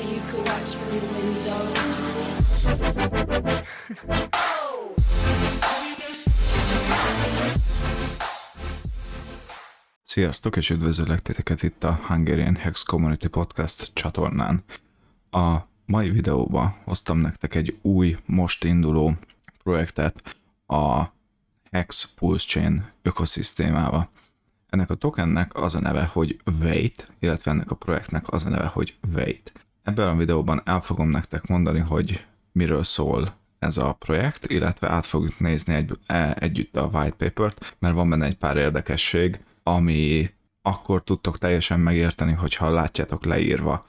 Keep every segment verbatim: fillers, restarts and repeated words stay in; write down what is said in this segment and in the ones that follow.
you could watch from your window. Sziasztok, és üdvözöllek titeket itt a Hungarian Hex Community Podcast csatornán. A mai videóban hoztam nektek egy új, most induló projektet a Hex Pulse Chain ökoszisztémába. Ennek a tokennek az a neve, hogy Wait, illetve ennek a projektnek az a neve, hogy Wait. Ebben a videóban el fogom nektek mondani, hogy miről szól ez a projekt, illetve át fogjuk nézni egy, együtt a white papert, mert van benne egy pár érdekesség, ami akkor tudtok teljesen megérteni, hogyha látjátok leírva.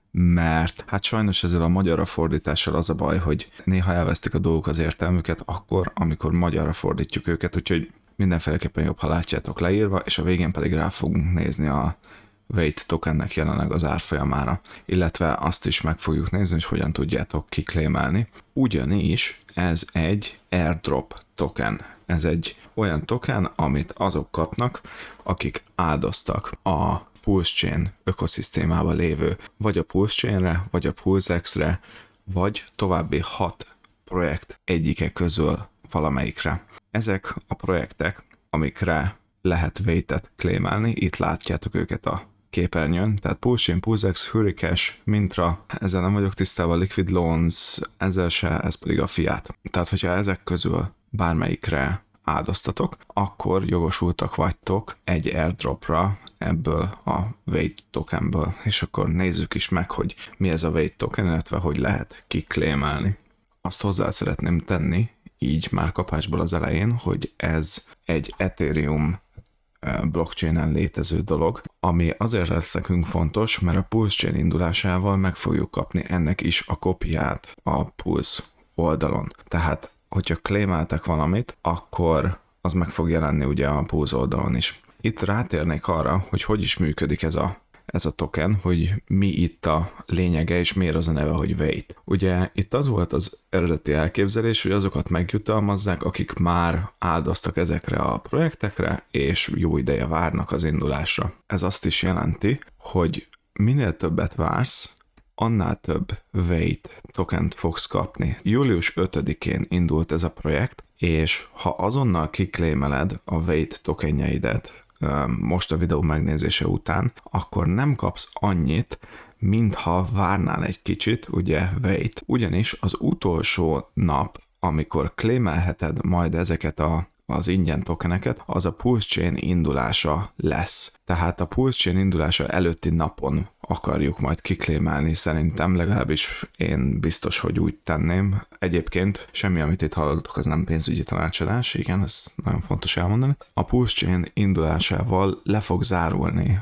Mert hát sajnos ezzel a magyarra fordítással az a baj, hogy néha elvesztik a dolgok az értelmüket akkor, amikor magyarra fordítjuk őket, úgyhogy mindenféleképpen jobb, ha látjátok leírva, és a végén pedig rá fogunk nézni a Wait tokennek jelenleg az árfolyamára, illetve azt is meg fogjuk nézni, hogy hogyan tudjátok kiklémelni. Ugyanis ez egy airdrop token. Ez egy olyan token, amit azok kapnak, akik áldoztak a Pulse Chain ökoszisztémában lévő, vagy a Pulse Chainre, vagy a PulseX-re, vagy további hat projekt egyike közül valamelyikre. Ezek a projektek, amikre lehet Wait-et claimelni, itt látjátok őket a képernyőn, tehát Pulse Chain, PulseX, Hurricash, Mintra, ezzel nem vagyok tisztában, Liquid Loans, ezzel se, ez pedig a Fiat. Tehát, hogyha ezek közül bármelyikre áldoztatok, akkor jogosultak vagytok egy airdropra ebből a Wait tokenből, és akkor nézzük is meg, hogy mi ez a Wait token, illetve hogy lehet kiklémelni. Azt hozzá szeretném tenni, így már kapásból az elején, hogy ez egy Ethereum blockchainen létező dolog, ami azért lesz nekünk fontos, mert a Pulse Chain indulásával meg fogjuk kapni ennek is a kopiát a Pulse oldalon. Tehát, hogyha claimeltek valamit, akkor az meg fog jelenni ugye a Pulse oldalon is. Itt rátérnék arra, hogy hogy is működik ez a, ez a token, hogy mi itt a lényege, és miért az a neve, hogy Wait. Ugye itt az volt az eredeti elképzelés, hogy azokat megjutalmazzák, akik már áldoztak ezekre a projektekre, és jó ideje várnak az indulásra. Ez azt is jelenti, hogy minél többet vársz, annál több Wait tokent fogsz kapni. július ötödikén indult ez a projekt, és ha azonnal kiklémeled a Wait tokenjeidet most a videó megnézése után, akkor nem kapsz annyit, mintha várnál egy kicsit, ugye Wait, ugyanis az utolsó nap, amikor claimelheted majd ezeket a az ingyen tokeneket, az a Pulse Chain indulása lesz. Tehát a Pulse Chain indulása előtti napon akarjuk majd kiklémelni, szerintem, legalábbis én biztos, hogy úgy tenném. Egyébként semmi, amit itt hallottatok, az nem pénzügyi tanácsadás, igen, ez nagyon fontos elmondani. A Pulse Chain indulásával le fog zárulni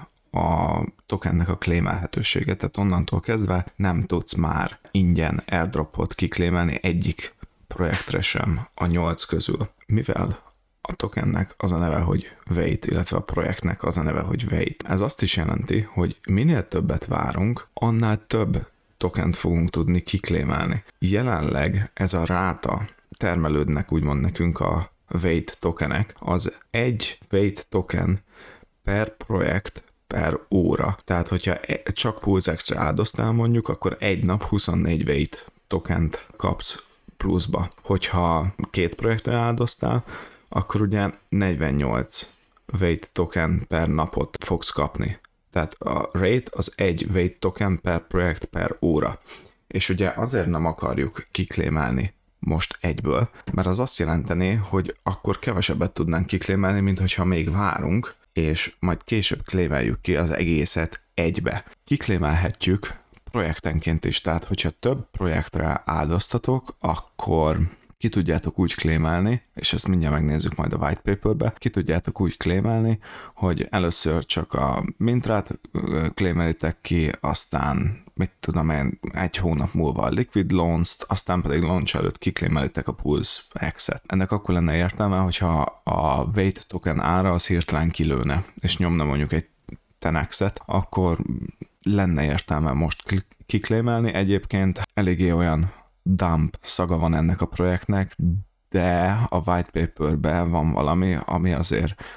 a tokennek a claimelhetősége, tehát onnantól kezdve nem tudsz már ingyen airdropot kiklémelni egyik projektre sem a nyolc közül. Mivel a tokennek az a neve, hogy Wait, illetve a projektnek az a neve, hogy Wait. Ez azt is jelenti, hogy minél többet várunk, annál több tokent fogunk tudni kiklémelni. Jelenleg ez a ráta termelődnek úgymond nekünk a Wait tokenek, az egy Wait token per projekt per óra. Tehát, hogyha csak PulseX-re áldoztál mondjuk, akkor egy nap huszonnégy Wait tokent kapsz pluszba. Hogyha két projektre áldoztál, akkor ugye negyvennyolc Wait token per napot fogsz kapni. Tehát a rate az egy Wait token per projekt per óra. És ugye azért nem akarjuk kiklémelni most egyből, mert az azt jelentené, hogy akkor kevesebbet tudnánk kiklémelni, mint hogyha még várunk, és majd később klémeljük ki az egészet egybe. Kiklémelhetjük projektenként is, tehát hogyha több projektre áldoztatok, akkor ki tudjátok úgy claimelni, és ezt mindjárt megnézzük majd a white paperbe, ki tudjátok úgy claimelni, hogy először csak a Mintrát claimelitek ki, aztán mit tudom én, egy hónap múlva a Liquid Loans-t, aztán pedig launch előtt kiklémelitek a PulseX-et. Ennek akkor lenne értelme, hogyha a Wait token ára az hirtelen kilőne, és nyomna mondjuk egy tíz x-et, akkor lenne értelme most kiklémelni. Egyébként eléggé olyan dump szaga van ennek a projektnek, de a white paperben van valami, ami azért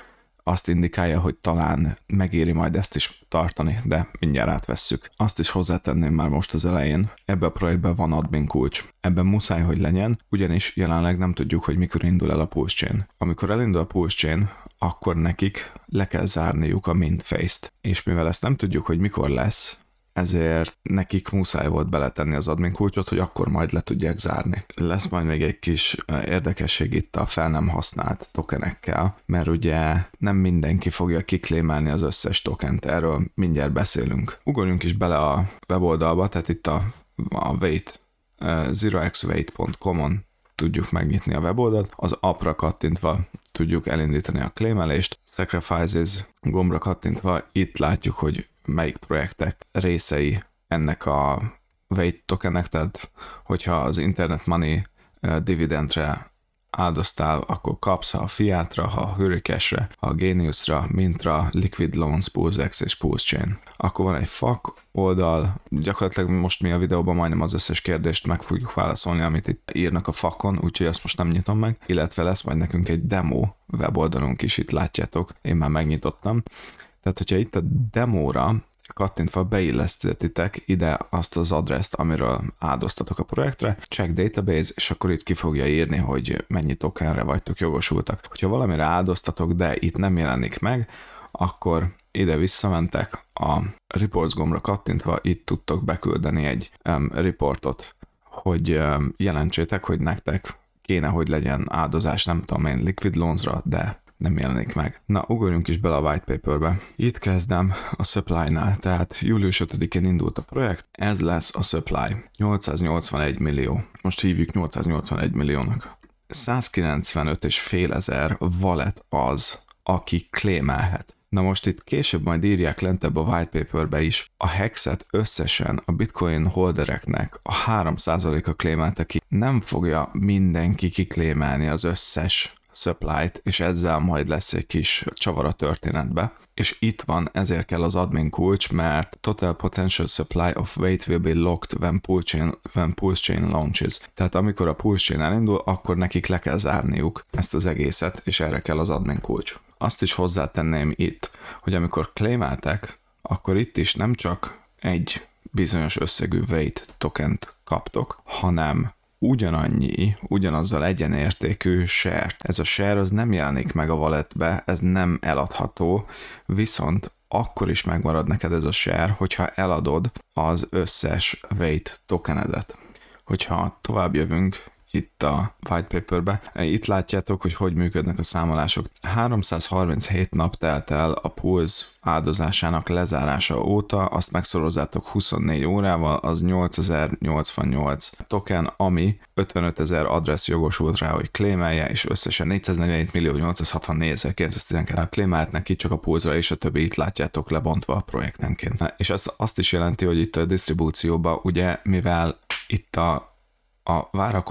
azt indikálja, hogy talán megéri majd ezt is tartani, de mindjárt átvesszük. Azt is hozzátenném már most az elején, ebben a projektben van admin kulcs. Ebben muszáj, hogy legyen, ugyanis jelenleg nem tudjuk, hogy mikor indul el a Pulse Chain. Amikor elindul a Pulse Chain, akkor nekik le kell zárniuk a mint face-t. És mivel ezt nem tudjuk, hogy mikor lesz, ezért nekik muszáj volt beletenni az admin kulcsot, hogy akkor majd le tudják zárni. Lesz majd még egy kis érdekesség itt a fel nem használt tokenekkel, mert ugye nem mindenki fogja kiklémelni az összes tokent, erről mindjárt beszélünk. Ugorjunk is bele a weboldalba, tehát itt a, a Wait, zero x wait pont com-on tudjuk megnyitni a weboldalt, az appra kattintva tudjuk elindítani a klémelést, Sacrifices gombra kattintva itt látjuk, hogy melyik projektek részei ennek a Wait tokennek, tehát hogyha az Internet Money dividendre áldoztál, akkor kapsz a Fiatra, ha a Hurricane-re, a Geniusra, Mintra, Liquid Loans, PulseX és Pulse Chain. Akkor van egy fak oldal, gyakorlatilag most mi a videóban majdnem az összes kérdést meg fogjuk válaszolni, amit itt írnak a fakon, úgyhogy azt most nem nyitom meg, illetve lesz majd nekünk egy demo weboldalunk is, itt látjátok, én már megnyitottam. Tehát, hogyha itt a demóra kattintva beillesztetitek ide azt az adresszt, amiről áldoztatok a projektre, check database, és akkor itt ki fogja írni, hogy mennyi tokenre vagytok jogosultak. Hogyha valamire áldoztatok, de itt nem jelenik meg, akkor ide visszamentek, a reports gombra kattintva itt tudtok beküldeni egy um, reportot, hogy um, jelentsétek, hogy nektek kéne, hogy legyen áldozás, nem tudom én, Liquid Loans-ra, de nem jelenik meg. Na, ugorjunk is bele a white paperbe. Itt kezdem a supply-nál, tehát július ötödikén indult a projekt, ez lesz a supply. nyolcszáznyolcvanegy millió. Most hívjuk nyolcszáznyolcvanegy milliónak. százkilencvenöt és fél ezer wallet az, aki claimelhet. Na most itt később majd írják lentebb a white paperbe is, a hexet összesen a bitcoin holdereknek a három százaléka claimelte ki. Nem fogja mindenki kiklémelni az összes supply-t, és ezzel majd lesz egy kis csavar a történetbe. És itt van, ezért kell az admin kulcs, mert total potential supply of Wait will be locked when Pulse Chain, when Pulse Chain launches. Tehát amikor a Pulse Chain elindul, akkor nekik le kell zárniuk ezt az egészet, és erre kell az admin kulcs. Azt is hozzátenném itt, hogy amikor claimeltek, akkor itt is nem csak egy bizonyos összegű Wait tokent kaptok, hanem ugyanannyi, ugyanazzal egyenértékű share. Ez a share az nem jelenik meg a walletbe, ez nem eladható, viszont akkor is megmarad neked ez a share, hogyha eladod az összes Wait tokenedet. Hogyha tovább jövünk itt a white paperbe, itt látjátok, hogy hogy működnek a számolások. háromszázharminchét nap telt el a Pulse áldozásának lezárása óta, azt megszorozzátok huszonnégy órával, az nyolcezer-nyolcvannyolc token, ami ötvenötezer address jogosult rá, hogy claimelje, és összesen négyszáznegyvenhét millió nyolcszázhatvannégy-kilencszáztizenkét claimelt neki, csak a Pulse-ra, és a többi itt látjátok lebontva a projektenként. És ez azt is jelenti, hogy itt a disztribúcióban, ugye, mivel itt a a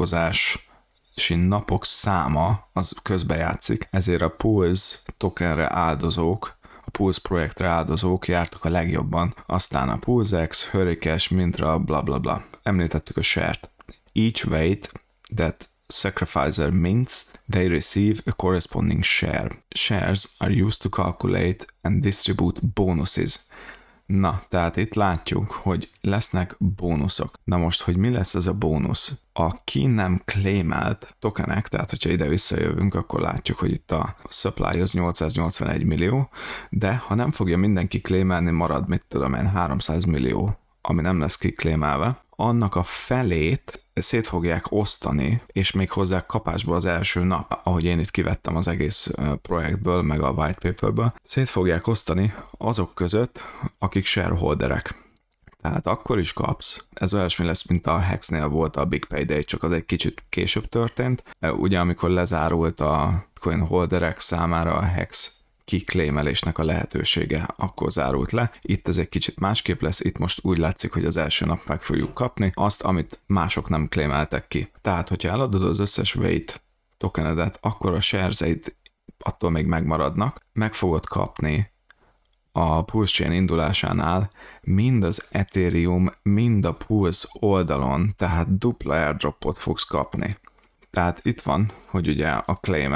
várakozási napok száma az közbejátszik, ezért a Pulse tokenre áldozók, a Pulse projektre áldozók jártak a legjobban, aztán a PulseX, Hurricane, Mintra, bla bla bla. Említettük a share-t. Each wait that sacrificer mints, they receive a corresponding share. Shares are used to calculate and distribute bonuses. Na, tehát itt látjuk, hogy lesznek bónuszok. Na most, hogy mi lesz ez a bónusz? Aki nem claimelt tokenek, tehát hogyha ide visszajövünk, akkor látjuk, hogy itt a supply az nyolcszáznyolcvanegy millió, de ha nem fogja mindenki claimelni, marad, mit tudom én, háromszáz millió, ami nem lesz kiklémelve, annak a felét szét fogják osztani, és még hozzá kapásba az első nap, ahogy én itt kivettem az egész projektből, meg a white paperből, szét fogják osztani azok között, akik shareholderek. Tehát akkor is kapsz. Ez olyasmi lesz, mint a Hexnél volt a Big Payday, csak az egy kicsit később történt. Ugye amikor lezárult a coin holderek számára a Hex kiklémelésnek a lehetősége, akkor zárult le. Itt ez egy kicsit másképp lesz, itt most úgy látszik, hogy az első nap meg fogjuk kapni azt, amit mások nem klémeltek ki. Tehát, hogyha eladod az összes Wait tokenedet, akkor a shareseid attól még megmaradnak, meg fogod kapni a Pulse Chain indulásánál mind az Ethereum, mind a Pulse oldalon, tehát dupla airdropot fogsz kapni. Tehát itt van, hogy ugye a claimek,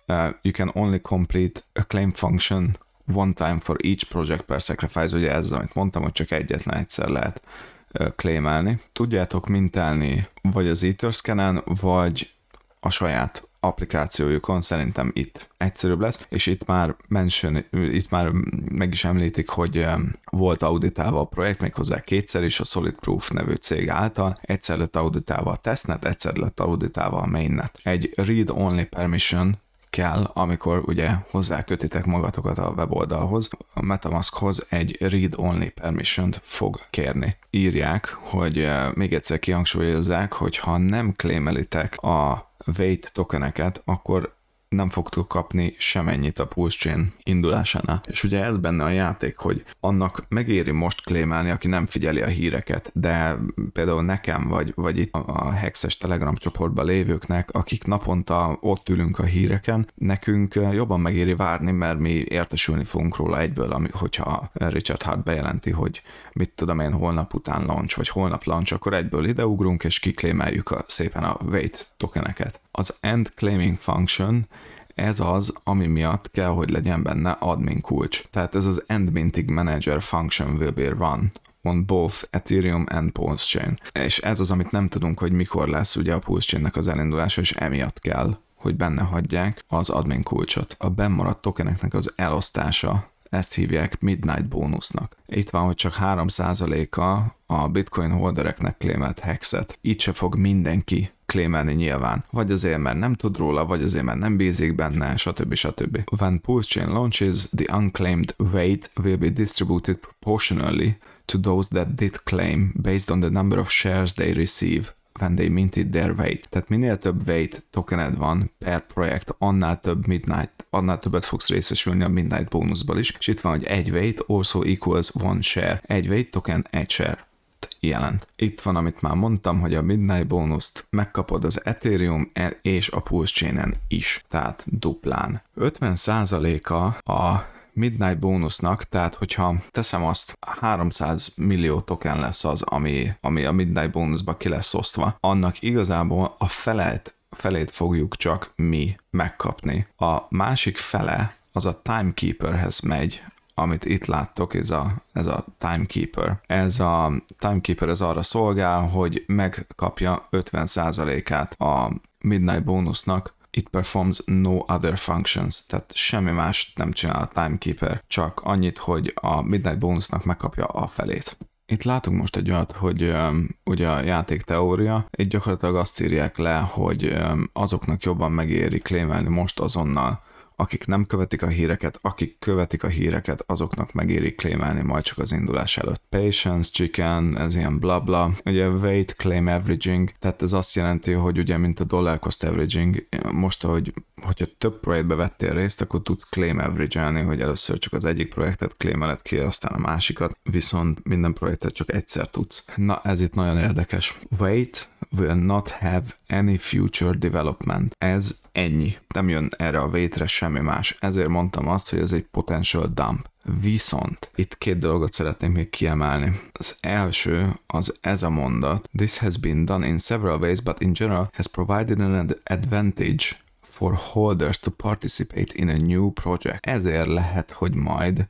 uh, you can only complete a claim function one time for each project per sacrifice, ugye ez, amit mondtam, hogy csak egyetlen egyszer lehet uh, claimelni. Tudjátok mintelni vagy az Etherscan-en, vagy a saját applikációjukon, szerintem itt egyszerűbb lesz, és itt már mention, itt már meg is említik, hogy um, volt auditálva a projekt, méghozzá kétszer is a Solid Proof nevű cég által, egyszer lett auditálva a testnet, egyszer lett auditálva a mainnet. Egy read-only permission kell, amikor ugye hozzákötitek magatokat a weboldalhoz, a MetaMaskhoz egy read-only permission-t fog kérni. Írják, hogy uh, még egyszer kihangsúlyozzák, hogy ha nem claimelitek a wait tokeneket, akkor nem fogtok kapni semennyit a Pulse Chain indulásánál. És ugye ez benne a játék, hogy annak megéri most claimelni, aki nem figyeli a híreket, de például nekem, vagy, vagy itt a Hexes Telegram csoportban lévőknek, akik naponta ott ülünk a híreken, nekünk jobban megéri várni, mert mi értesülni fogunk róla egyből, ami, hogyha Richard Hart bejelenti, hogy mit tudom én, holnap után launch, vagy holnap launch, akkor egyből ideugrunk, és kiklémeljük a, szépen a wait tokeneket. Az end claiming function, ez az, ami miatt kell, hogy legyen benne admin kulcs. Tehát ez az end minting manager function will be run on both Ethereum and Pulse Chain. És ez az, amit nem tudunk, hogy mikor lesz ugye a Pulse Chainnek az elindulása, és emiatt kell, hogy benne hagyják az admin kulcsot. A bennmaradt tokeneknek az elosztása, ezt hívják Midnight bónusznak. Itt van, hogy csak három százaléka a Bitcoin holdereknek claimelt hexet. Így se fog mindenki claimelni nyilván. Vagy azért, mert nem tud róla, vagy azért, mert nem bízik benne, stb. stb. When Pulse Chain launches, the unclaimed weight will be distributed proportionally to those that did claim based on the number of shares they receive when they minted their weight. Tehát minél több weight tokened van per projekt, annál több midnight, annál többet fogsz részesülni a midnight bónuszból is. És itt van, hogy egy weight also equals one share. Egy weight token, egy share jelent. Itt van, amit már mondtam, hogy a midnight bónuszt megkapod az Ethereum és a Pulse Chainen is, tehát duplán. ötven százaléka a midnight bónusznak, tehát hogyha teszem azt, háromszáz millió token lesz az, ami, ami a midnight bónuszba ki lesz osztva, annak igazából a felét, felét fogjuk csak mi megkapni. A másik fele az a Timekeeperhez megy, amit itt láttok, ez a, ez a Timekeeper. Ez a Timekeeper ez arra szolgál, hogy megkapja ötven százalékát a midnight bónusznak. It performs no other functions, tehát semmi más nem csinál a Timekeeper, csak annyit, hogy a midnight bónusznak megkapja a felét. Itt látunk most egy olyat, hogy um, ugye a játékteória, itt gyakorlatilag azt írják le, hogy um, azoknak jobban megéri claimelni most azonnal, akik nem követik a híreket, akik követik a híreket, azoknak megéri claimelni majd csak az indulás előtt. Patience, chicken, ez ilyen blabla. Ugye weight claim averaging, tehát ez azt jelenti, hogy ugye mint a dollar cost averaging, most, hogy hogyha több projektbe vettél részt, akkor tudsz claim average-elni, hogy először csak az egyik projektet claimeled ki, aztán a másikat, viszont minden projektet csak egyszer tudsz. Na, ez itt nagyon érdekes. Weight will not have any future development. Ez ennyi. Nem jön erre a weightre semmi más. Ezért mondtam azt, hogy ez egy potential dump. Viszont itt két dolgot szeretném még kiemelni. Az első az ez a mondat. This has been done in several ways, but in general has provided an advantage for holders to participate in a new project. Ezért lehet, hogy majd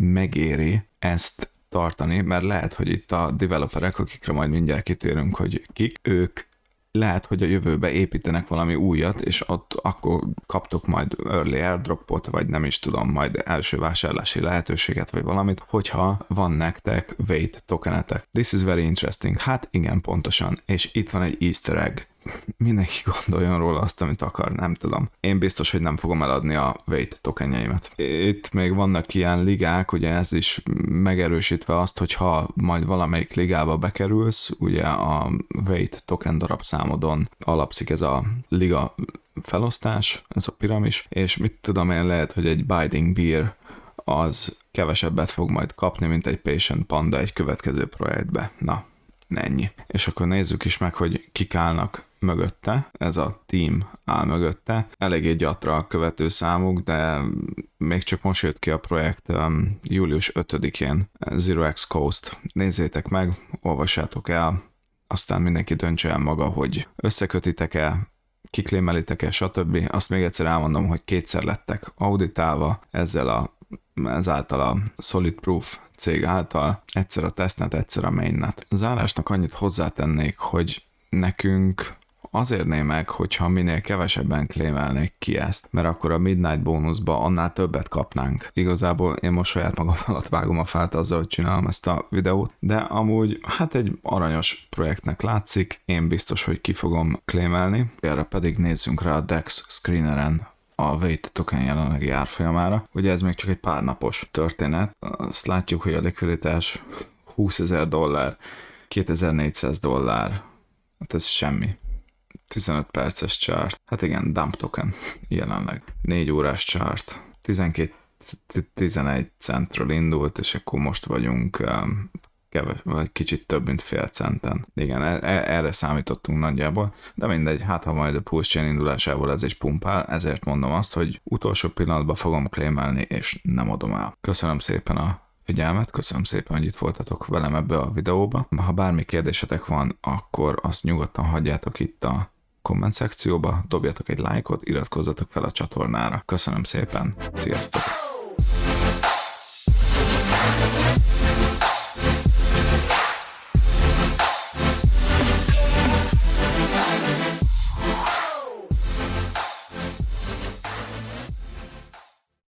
megéri ezt tartani, mert lehet, hogy itt a developerek, akikre majd mindjárt kitérünk, hogy kik, ők lehet, hogy a jövőbe építenek valami újat, és ott akkor kaptok majd early airdropot, vagy nem is tudom, majd első vásárlási lehetőséget, vagy valamit, hogyha van nektek wait tokenetek. This is very interesting. Hát igen, pontosan. És itt van egy easter egg. Mindenki gondoljon róla azt, amit akar, nem tudom. Én biztos, hogy nem fogom eladni a wait tokenjeimet. Itt még vannak ilyen ligák, ugye ez is megerősítve azt, hogy ha majd valamelyik ligába bekerülsz, ugye a wait token darabszámodon alapszik ez a liga felosztás, ez a piramis, és mit tudom én, lehet, hogy egy Biding Beer az kevesebbet fog majd kapni, mint egy Patient Panda egy következő projektbe. Na, ennyi. És akkor nézzük is meg, hogy kik állnak mögötte, ez a team áll mögötte. Eléggé gyatra a követő számuk, de még csak most jött ki a projekt um, július ötödikén, Zero X Coast. Nézzétek meg, olvassátok el, aztán mindenki döntse el maga, hogy összekötitek-e kiklémelitek-e, stb. Azt még egyszer elmondom, hogy kétszer lettek auditálva ezzel a, ezáltal a Solid Proof cég által, egyszer a testnet, egyszer a mainnet. Zárásnak annyit hozzátennék, hogy nekünk azért némek, hogyha minél kevesebben klémelnék ki ezt, mert akkor a Midnight bónuszba annál többet kapnánk. Igazából én most saját magam alatt vágom a fát azzal, hogy csinálom ezt a videót, de amúgy hát egy aranyos projektnek látszik, én biztos, hogy ki fogom klémelni. Erre pedig nézzünk rá a Dex Screeneren a Wait token jelenlegi árfolyamára. Ugye ez még csak egy pár napos történet. Azt látjuk, hogy a likviditás húszezer dollár, kétezer-négyszáz dollár, hát ez semmi. tizenöt perces chart. Hát igen, dump token jelenleg. négy órás chart. tizenkét tizenegy centről indult, és akkor most vagyunk um, keves, vagy kicsit több, mint fél centen. Igen, e- erre számítottunk nagyjából, de mindegy, hát ha majd a Pulse Chain indulásával ez is pumpál, ezért mondom azt, hogy utolsó pillanatban fogom claimelni, és nem adom el. Köszönöm szépen a figyelmet, köszönöm szépen, hogy itt voltatok velem ebbe a videóba. Ha bármi kérdésetek van, akkor azt nyugodtan hagyjátok itt a komment szekcióba, dobjatok egy lájkot, iratkozzatok fel a csatornára. Köszönöm szépen, sziasztok!